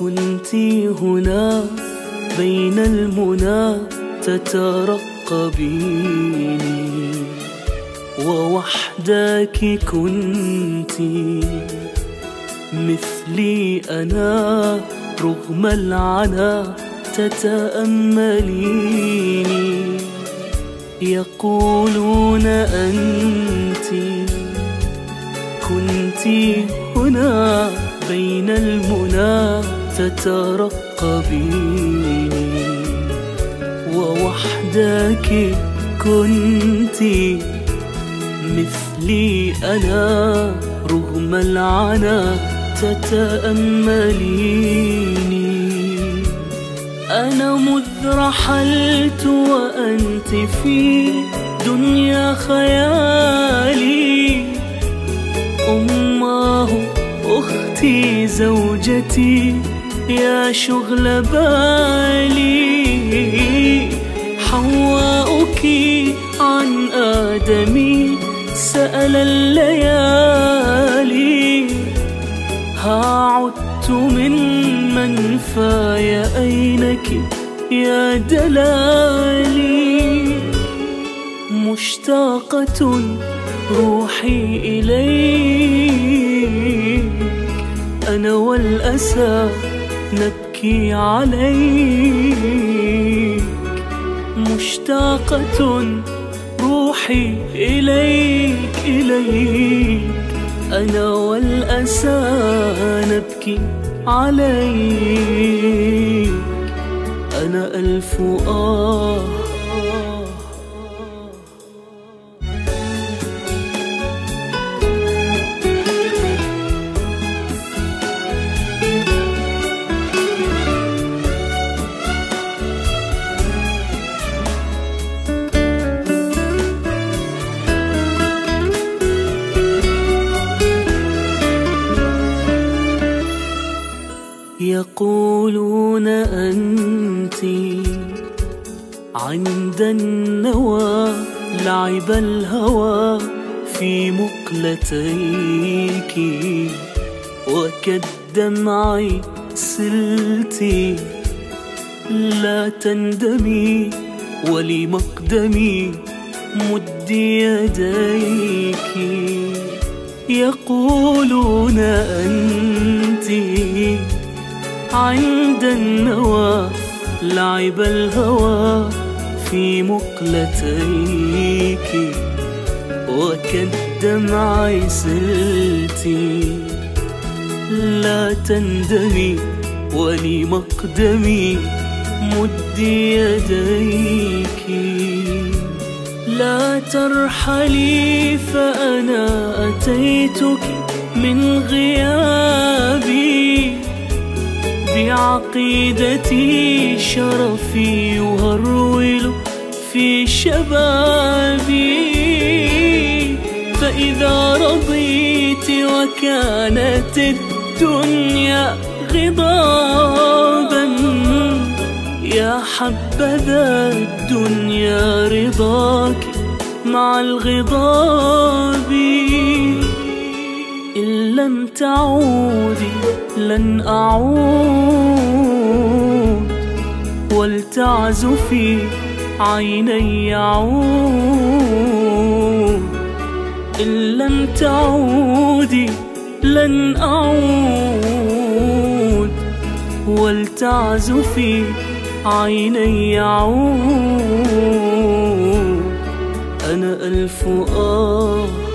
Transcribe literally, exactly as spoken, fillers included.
كنت هنا بين المنى تترقبيني، ووحدك كنت مثلي أنا رغم العنا تتأمليني. يقولون أنت كنت هنا بين المنى تترقبيني، ووحدك كنت مثلي أنا رغم العنا تتأمليني. أنا مذ رحلت وأنت في دنيا خيالي، أماه أختي زوجتي يا شغل بالي، حواؤك عن آدمي سأل الليالي، ها عدت من منفاي أينك يا دلالي، مشتاقة روحي إليك، أنا والأسى نبكي عليك، مشتاقة روحي إليك إليك، أنا والأسى نبكي عليك، أنا ألف آه. يقولون أنت عند النوى لعب الهوى في مقلتيك، وكالدمع سلتي لا تندمي، ولمقدمي مد يديك. يقولون أنت عند النوى لعب الهوى في مقلتيك، وكالدمع سلتي لا تندمي، ولمقدمي مد يديك. لا ترحلي فأنا أتيتك من غيابي، بعقيدتي شرفي يهرول في شبابي، فإذا رضيت وكانت الدنيا غضابا، يا حبذا الدنيا رضاك مع الغضاب. إن لم تعودي لن أعود، ولتعزفي عيني يعود. إن لم تعودي لن أعود، ولتعزفي عيني يعود، أنا ألف آه.